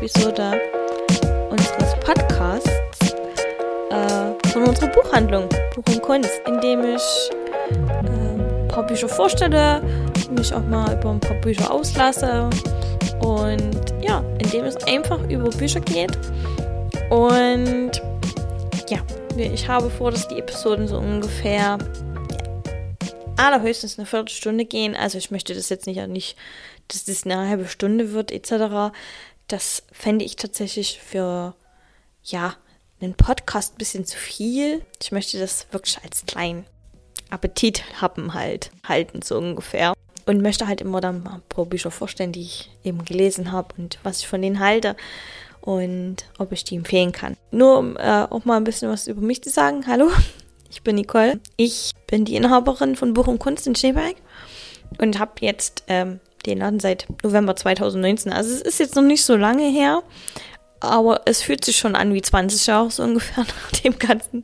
Episode unseres Podcasts von unserer Buchhandlung Buch und Kunst, in dem ich ein paar Bücher vorstelle, mich auch mal über ein paar Bücher auslasse und ja, in dem es einfach über Bücher geht. Und ja, ich habe vor, dass die Episoden so ungefähr allerhöchstens eine Viertelstunde gehen. Also ich möchte das jetzt nicht, dass das eine halbe Stunde wird etc. Das fände ich tatsächlich für, einen Podcast ein bisschen zu viel. Ich möchte das wirklich als kleinen Appetithappen halten, so ungefähr. Und möchte halt immer dann mal pro Bücher vorstellen, die ich eben gelesen habe und was ich von denen halte und ob ich die empfehlen kann. Nur um auch mal ein bisschen was über mich zu sagen. Hallo, ich bin Nicole. Ich bin die Inhaberin von Buch und Kunst in Schneeberg und habe jetzt den Laden seit November 2019. Also es ist jetzt noch nicht so lange her, aber es fühlt sich schon an wie 20 Jahre so ungefähr nach dem Ganzen,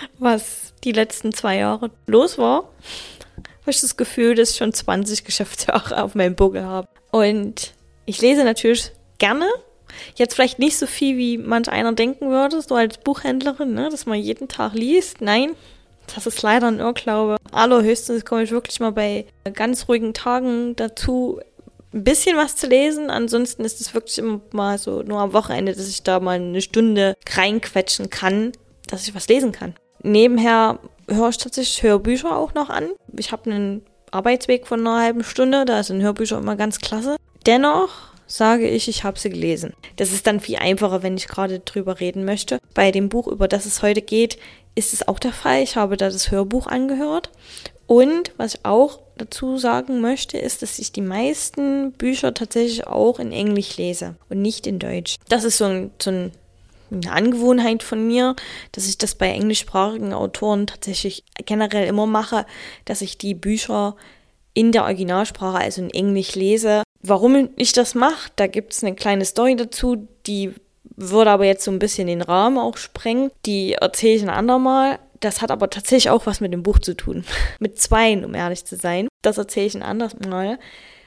was die letzten 2 Jahre los war. Habe ich das Gefühl, dass ich schon 20 Geschäftsjahre auf meinem Buckel habe. Und ich lese natürlich gerne. Jetzt vielleicht nicht so viel, wie manch einer denken würde, so als Buchhändlerin, ne, dass man jeden Tag liest. Nein, das ist leider ein Irrglaube. Allerhöchstens komme ich wirklich mal bei ganz ruhigen Tagen dazu, ein bisschen was zu lesen. Ansonsten ist es wirklich immer mal so nur am Wochenende, dass ich da mal eine Stunde reinquetschen kann, dass ich was lesen kann. Nebenher höre ich tatsächlich Hörbücher auch noch an. Ich habe einen Arbeitsweg von einer halben Stunde, da sind Hörbücher immer ganz klasse. Dennoch sage ich habe sie gelesen. Das ist dann viel einfacher, wenn ich gerade drüber reden möchte. Bei dem Buch, über das es heute geht, ist es auch der Fall. Ich habe da das Hörbuch angehört. Und was ich auch dazu sagen möchte, ist, dass ich die meisten Bücher tatsächlich auch in Englisch lese und nicht in Deutsch. Das ist so eine Angewohnheit von mir, dass ich das bei englischsprachigen Autoren tatsächlich generell immer mache, dass ich die Bücher in der Originalsprache, also in Englisch, lese. Warum ich das mache, da gibt es eine kleine Story dazu, die würde aber jetzt so ein bisschen den Rahmen auch sprengen. Die erzähle ich ein andermal. Das hat aber tatsächlich auch was mit dem Buch zu tun. Mit 2, um ehrlich zu sein. Das erzähle ich ein anderes Mal.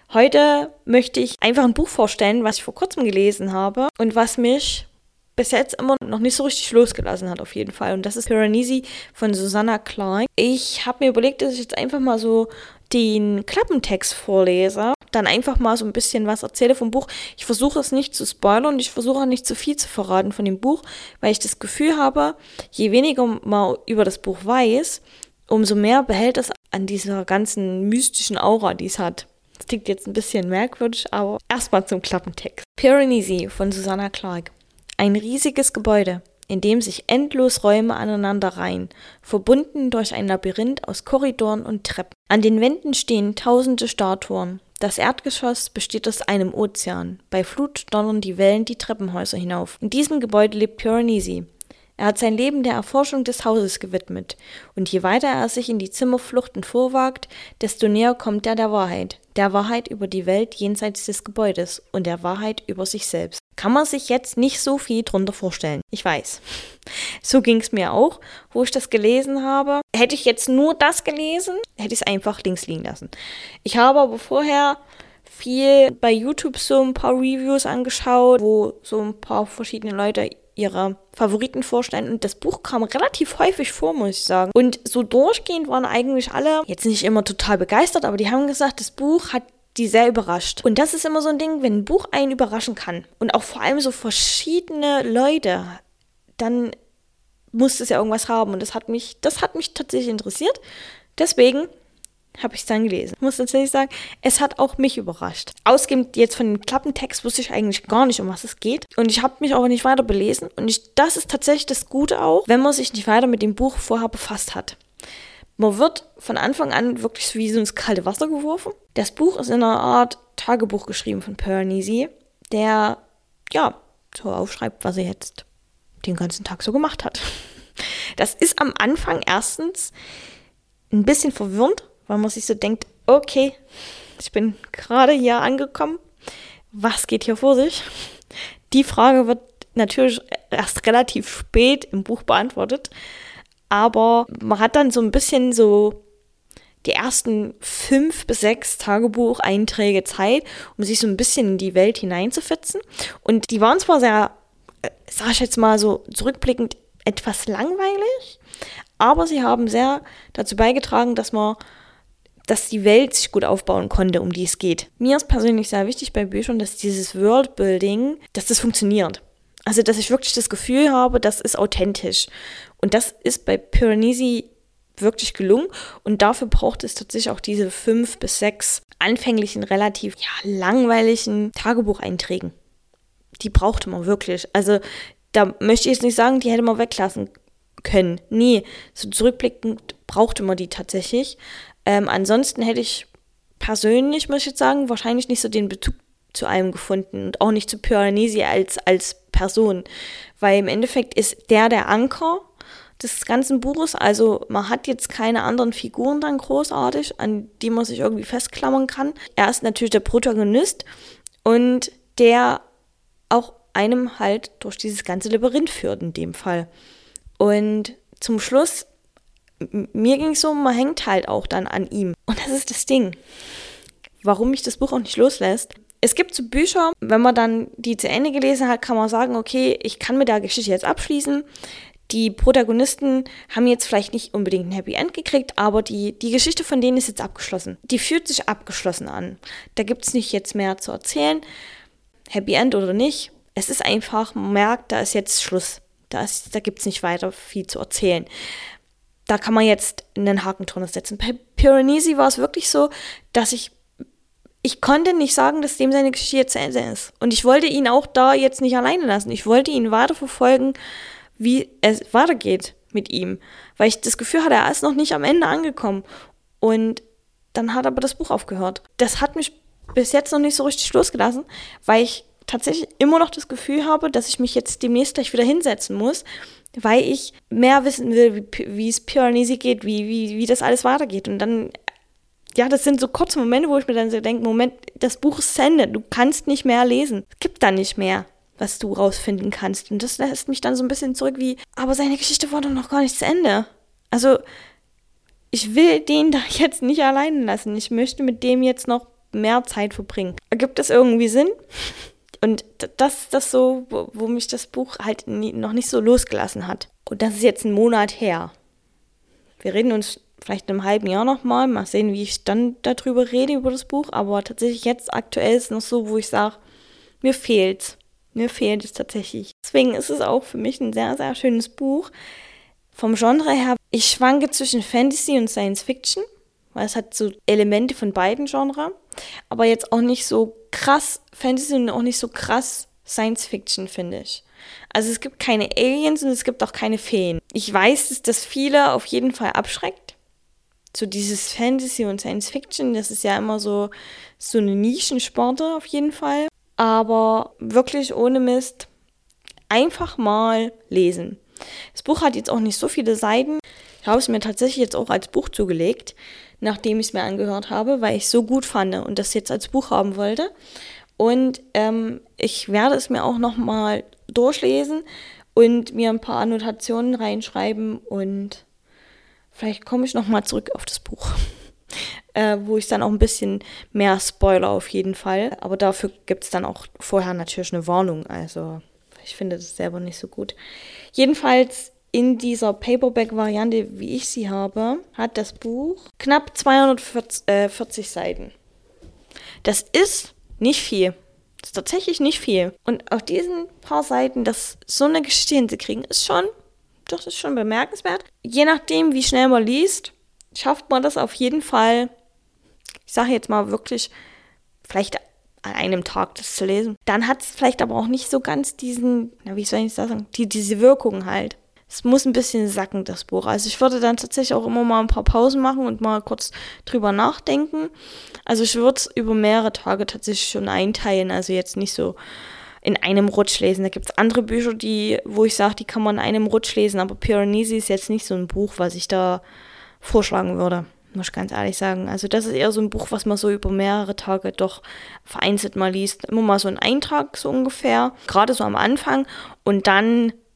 Heute möchte ich einfach ein Buch vorstellen, was ich vor kurzem gelesen habe und was mich bis jetzt immer noch nicht so richtig losgelassen hat auf jeden Fall. Und das ist Piranesi von Susanna Clarke. Ich habe mir überlegt, dass ich jetzt einfach mal so den Klappentext vorlese, dann einfach mal so ein bisschen was erzähle vom Buch. Ich versuche es nicht zu spoilern und ich versuche auch nicht zu viel zu verraten von dem Buch, weil ich das Gefühl habe, je weniger man über das Buch weiß, umso mehr behält es an dieser ganzen mystischen Aura, die es hat. Das klingt jetzt ein bisschen merkwürdig, aber erstmal zum Klappentext. Piranesi von Susanna Clarke. Ein riesiges Gebäude, in dem sich endlos Räume aneinanderreihen, verbunden durch ein Labyrinth aus Korridoren und Treppen. An den Wänden stehen tausende Statuen. Das Erdgeschoss besteht aus einem Ozean. Bei Flut donnern die Wellen die Treppenhäuser hinauf. In diesem Gebäude lebt Piranesi. Er hat sein Leben der Erforschung des Hauses gewidmet. Und je weiter er sich in die Zimmerfluchten vorwagt, desto näher kommt er der Wahrheit. Der Wahrheit über die Welt jenseits des Gebäudes und der Wahrheit über sich selbst. Kann man sich jetzt nicht so viel drunter vorstellen. Ich weiß. So ging es mir auch, wo ich das gelesen habe. Hätte ich jetzt nur das gelesen, hätte ich es einfach links liegen lassen. Ich habe aber vorher viel bei YouTube so ein paar Reviews angeschaut, wo so ein paar verschiedene Leute ihre Favoriten vorstellen. Und das Buch kam relativ häufig vor, muss ich sagen. Und so durchgehend waren eigentlich alle jetzt nicht immer total begeistert, aber die haben gesagt, das Buch hat die sehr überrascht. Und das ist immer so ein Ding, wenn ein Buch einen überraschen kann und auch vor allem so verschiedene Leute, dann muss es ja irgendwas haben. Und das hat mich tatsächlich interessiert. Deswegen habe ich es dann gelesen. Ich muss tatsächlich sagen, es hat auch mich überrascht. Ausgehend jetzt von dem Klappentext wusste ich eigentlich gar nicht, um was es geht. Und ich habe mich auch nicht weiter belesen. Und das ist tatsächlich das Gute auch, wenn man sich nicht weiter mit dem Buch vorher befasst hat. Man wird von Anfang an wirklich wie so ins kalte Wasser geworfen. Das Buch ist in einer Art Tagebuch geschrieben von Piranesi, der, so aufschreibt, was er jetzt den ganzen Tag so gemacht hat. Das ist am Anfang erstens ein bisschen verwirrend, weil man sich so denkt, okay, ich bin gerade hier angekommen, was geht hier vor sich? Die Frage wird natürlich erst relativ spät im Buch beantwortet, aber man hat dann so ein bisschen so die ersten 5 bis 6 Tagebucheinträge Zeit, um sich so ein bisschen in die Welt hineinzufitzen. Und die waren zwar sehr, sag ich jetzt mal so zurückblickend, etwas langweilig, aber sie haben sehr dazu beigetragen, dass die Welt sich gut aufbauen konnte, um die es geht. Mir ist persönlich sehr wichtig bei Büchern, dass dieses Worldbuilding, dass das funktioniert. Also, dass ich wirklich das Gefühl habe, das ist authentisch. Und das ist bei Piranesi wirklich gelungen. Und dafür braucht es tatsächlich auch diese 5 bis 6 anfänglichen, relativ langweiligen Tagebucheinträgen. Die brauchte man wirklich. Also, da möchte ich jetzt nicht sagen, die hätte man weglassen können. Nee, so zurückblickend brauchte man die tatsächlich. Ansonsten hätte ich persönlich, muss ich jetzt sagen, wahrscheinlich nicht so den Bezug zu einem gefunden und auch nicht zu Piranesi als Person, weil im Endeffekt ist der Anker des ganzen Buches, also man hat jetzt keine anderen Figuren dann großartig, an die man sich irgendwie festklammern kann. Er ist natürlich der Protagonist und der auch einem halt durch dieses ganze Labyrinth führt in dem Fall. Und zum Schluss, mir ging es so, man hängt halt auch dann an ihm. Und das ist das Ding, warum mich das Buch auch nicht loslässt. Es gibt so Bücher, wenn man dann die zu Ende gelesen hat, kann man sagen, okay, ich kann mit der Geschichte jetzt abschließen. Die Protagonisten haben jetzt vielleicht nicht unbedingt ein Happy End gekriegt, aber die Geschichte von denen ist jetzt abgeschlossen. Die fühlt sich abgeschlossen an. Da gibt es nicht jetzt mehr zu erzählen, Happy End oder nicht. Es ist einfach, man merkt, da ist jetzt Schluss. Da gibt es nicht weiter viel zu erzählen. Da kann man jetzt einen Haken drunter setzen. Bei Piranesi war es wirklich so, dass ich konnte nicht sagen, dass dem seine Geschichte jetzt zu Ende ist. Und ich wollte ihn auch da jetzt nicht alleine lassen. Ich wollte ihn weiterverfolgen, wie es weitergeht mit ihm. Weil ich das Gefühl hatte, er ist noch nicht am Ende angekommen. Und dann hat aber das Buch aufgehört. Das hat mich bis jetzt noch nicht so richtig losgelassen, weil ich tatsächlich immer noch das Gefühl habe, dass ich mich jetzt demnächst gleich wieder hinsetzen muss, weil ich mehr wissen will, wie es Piranesi geht, wie das alles weitergeht. Und dann, ja, das sind so kurze Momente, wo ich mir dann so denke, Moment, das Buch ist zu Ende, du kannst nicht mehr lesen. Es gibt da nicht mehr, was du rausfinden kannst. Und das lässt mich dann so ein bisschen zurück wie, aber seine Geschichte war doch noch gar nicht zu Ende. Also, ich will den da jetzt nicht alleine lassen. Ich möchte mit dem jetzt noch mehr Zeit verbringen. Ergibt das irgendwie Sinn? Und das ist das so, wo mich das Buch halt noch nicht so losgelassen hat. Und das ist jetzt ein Monat her. Wir reden uns vielleicht in einem halben Jahr nochmal. Mal sehen, wie ich dann darüber rede, über das Buch. Aber tatsächlich jetzt aktuell ist es noch so, wo ich sage, mir fehlt's. Mir fehlt es tatsächlich. Deswegen ist es auch für mich ein sehr, sehr schönes Buch. Vom Genre her, ich schwanke zwischen Fantasy und Science Fiction, weil es hat so Elemente von beiden Genres, aber jetzt auch nicht so krass Fantasy und auch nicht so krass Science Fiction, finde ich. Also es gibt keine Aliens und es gibt auch keine Feen. Ich weiß, dass das viele auf jeden Fall abschreckt. So dieses Fantasy und Science Fiction, das ist ja immer so eine Nischensparte auf jeden Fall. Aber wirklich ohne Mist, einfach mal lesen. Das Buch hat jetzt auch nicht so viele Seiten. Ich habe es mir tatsächlich jetzt auch als Buch zugelegt, nachdem ich es mir angehört habe, weil ich es so gut fand und das jetzt als Buch haben wollte. Und ich werde es mir auch nochmal durchlesen und mir ein paar Annotationen reinschreiben und vielleicht komme ich nochmal zurück auf das Buch, wo ich dann auch ein bisschen mehr Spoiler auf jeden Fall. Aber dafür gibt es dann auch vorher natürlich eine Warnung, also ich finde das selber nicht so gut. Jedenfalls in dieser Paperback-Variante, wie ich sie habe, hat das Buch knapp 240 Seiten. Das ist nicht viel. Das ist tatsächlich nicht viel. Und auf diesen paar Seiten, so eine Geschichte hinzukriegen, ist schon bemerkenswert. Je nachdem, wie schnell man liest, schafft man das auf jeden Fall, ich sage jetzt mal wirklich, vielleicht an einem Tag das zu lesen. Dann hat es vielleicht aber auch nicht so ganz diesen, wie soll ich sagen, diese Wirkung halt. Es muss ein bisschen sacken, das Buch. Also ich würde dann tatsächlich auch immer mal ein paar Pausen machen und mal kurz drüber nachdenken. Also ich würde es über mehrere Tage tatsächlich schon einteilen, also jetzt nicht so in einem Rutsch lesen. Da gibt es andere Bücher, wo ich sage, die kann man in einem Rutsch lesen, aber Piranesi ist jetzt nicht so ein Buch, was ich da vorschlagen würde. Muss ich ganz ehrlich sagen. Also das ist eher so ein Buch, was man so über mehrere Tage doch vereinzelt mal liest. Immer mal so ein Eintrag so ungefähr, gerade so am Anfang. Und dann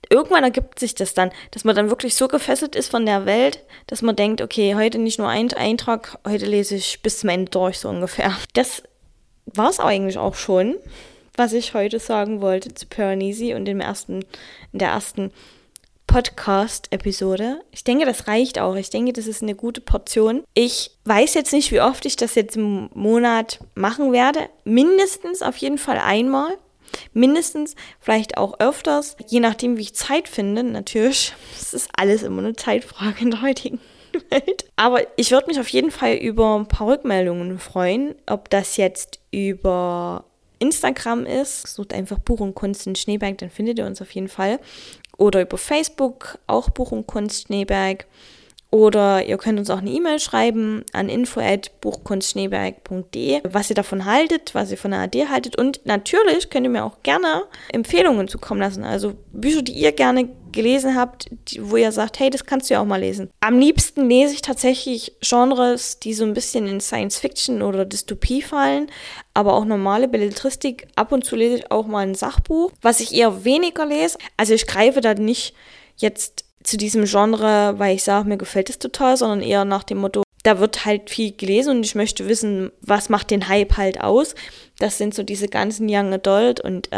irgendwann ergibt sich das dann, dass man dann wirklich so gefesselt ist von der Welt, dass man denkt, okay, heute nicht nur ein Eintrag, heute lese ich bis zum Ende durch, so ungefähr. Das war es eigentlich auch schon, was ich heute sagen wollte zu Piranesi und in der ersten Podcast-Episode. Ich denke, das reicht auch. Ich denke, das ist eine gute Portion. Ich weiß jetzt nicht, wie oft ich das jetzt im Monat machen werde. Mindestens auf jeden Fall einmal. Mindestens, vielleicht auch öfters. Je nachdem, wie ich Zeit finde, natürlich. Das ist alles immer eine Zeitfrage in der heutigen Welt. Aber ich würde mich auf jeden Fall über ein paar Rückmeldungen freuen. Ob das jetzt über Instagram ist. Sucht einfach Buch und Kunst in Schneeberg, dann findet ihr uns auf jeden Fall. Oder über Facebook, auch Buch und Kunst Schneeberg. Oder ihr könnt uns auch eine E-Mail schreiben an info@buchkunstschneeberg.de, was ihr davon haltet, was ihr von der AD haltet. Und natürlich könnt ihr mir auch gerne Empfehlungen zukommen lassen. Also Bücher, die ihr gerne gelesen habt, wo ihr sagt, hey, das kannst du ja auch mal lesen. Am liebsten lese ich tatsächlich Genres, die so ein bisschen in Science-Fiction oder Dystopie fallen, aber auch normale Belletristik. Ab und zu lese ich auch mal ein Sachbuch, was ich eher weniger lese. Also ich greife da nicht jetzt zu diesem Genre, weil ich sage, mir gefällt es total, sondern eher nach dem Motto, da wird halt viel gelesen und ich möchte wissen, was macht den Hype halt aus. Das sind so diese ganzen Young Adult und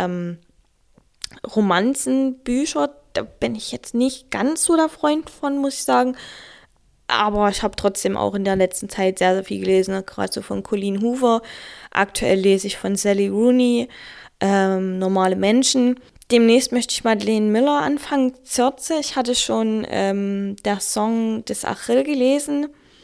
Romanzenbücher. Da bin ich jetzt nicht ganz so der Freund von, muss ich sagen. Aber ich habe trotzdem auch in der letzten Zeit sehr, sehr viel gelesen, gerade so von Colleen Hoover. Aktuell lese ich von Sally Rooney, Normale Menschen. Demnächst möchte ich Madeleine Miller anfangen, Circe. Ich hatte schon der Song des Achill gelesen.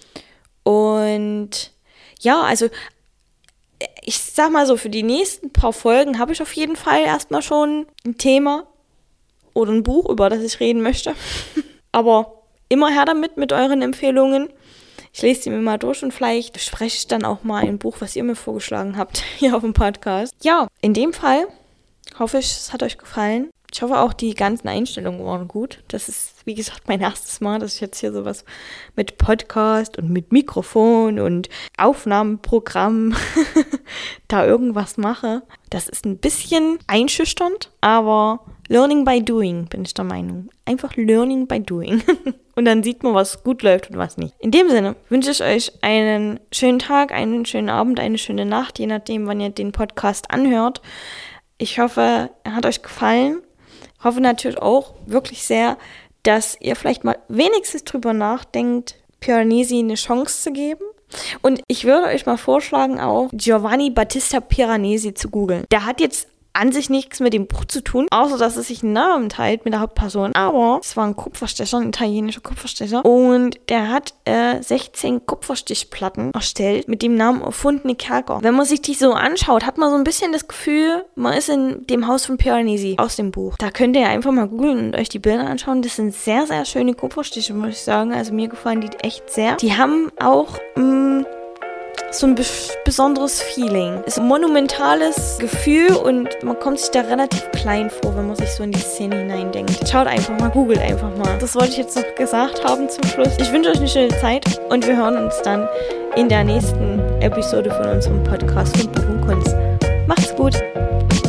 Und ja, also ich sag mal so, für die nächsten paar Folgen habe ich auf jeden Fall erstmal schon ein Thema oder ein Buch, über das ich reden möchte. Aber immer her damit mit euren Empfehlungen. Ich lese die mir mal durch und vielleicht spreche ich dann auch mal ein Buch, was ihr mir vorgeschlagen habt, hier auf dem Podcast. Ja, in dem Fall hoffe ich, es hat euch gefallen. Ich hoffe auch, die ganzen Einstellungen waren gut. Das ist, wie gesagt, mein erstes Mal, dass ich jetzt hier sowas mit Podcast und mit Mikrofon und Aufnahmeprogramm da irgendwas mache. Das ist ein bisschen einschüchternd, aber learning by doing, bin ich der Meinung. Einfach learning by doing. Und dann sieht man, was gut läuft und was nicht. In dem Sinne wünsche ich euch einen schönen Tag, einen schönen Abend, eine schöne Nacht, je nachdem, wann ihr den Podcast anhört. Ich hoffe, er hat euch gefallen. Ich hoffe natürlich auch wirklich sehr, dass ihr vielleicht mal wenigstens drüber nachdenkt, Piranesi eine Chance zu geben. Und ich würde euch mal vorschlagen, auch Giovanni Battista Piranesi zu googeln. Der hat jetzt an sich nichts mit dem Buch zu tun, außer dass es sich einen Namen teilt mit der Hauptperson. Aber es war ein Kupferstecher, ein italienischer Kupferstecher. Und der hat 16 Kupferstichplatten erstellt mit dem Namen Erfundene Kerker. Wenn man sich die so anschaut, hat man so ein bisschen das Gefühl, man ist in dem Haus von Piranesi aus dem Buch. Da könnt ihr einfach mal googeln und euch die Bilder anschauen. Das sind sehr, sehr schöne Kupferstiche, muss ich sagen. Also mir gefallen die echt sehr. Die haben auch so ein besonderes Feeling. Es ist ein monumentales Gefühl und man kommt sich da relativ klein vor, wenn man sich so in die Szene hineindenkt. Schaut einfach mal, googelt einfach mal. Das wollte ich jetzt noch gesagt haben zum Schluss. Ich wünsche euch eine schöne Zeit und wir hören uns dann in der nächsten Episode von unserem Podcast von Buch und Kunst. Macht's gut!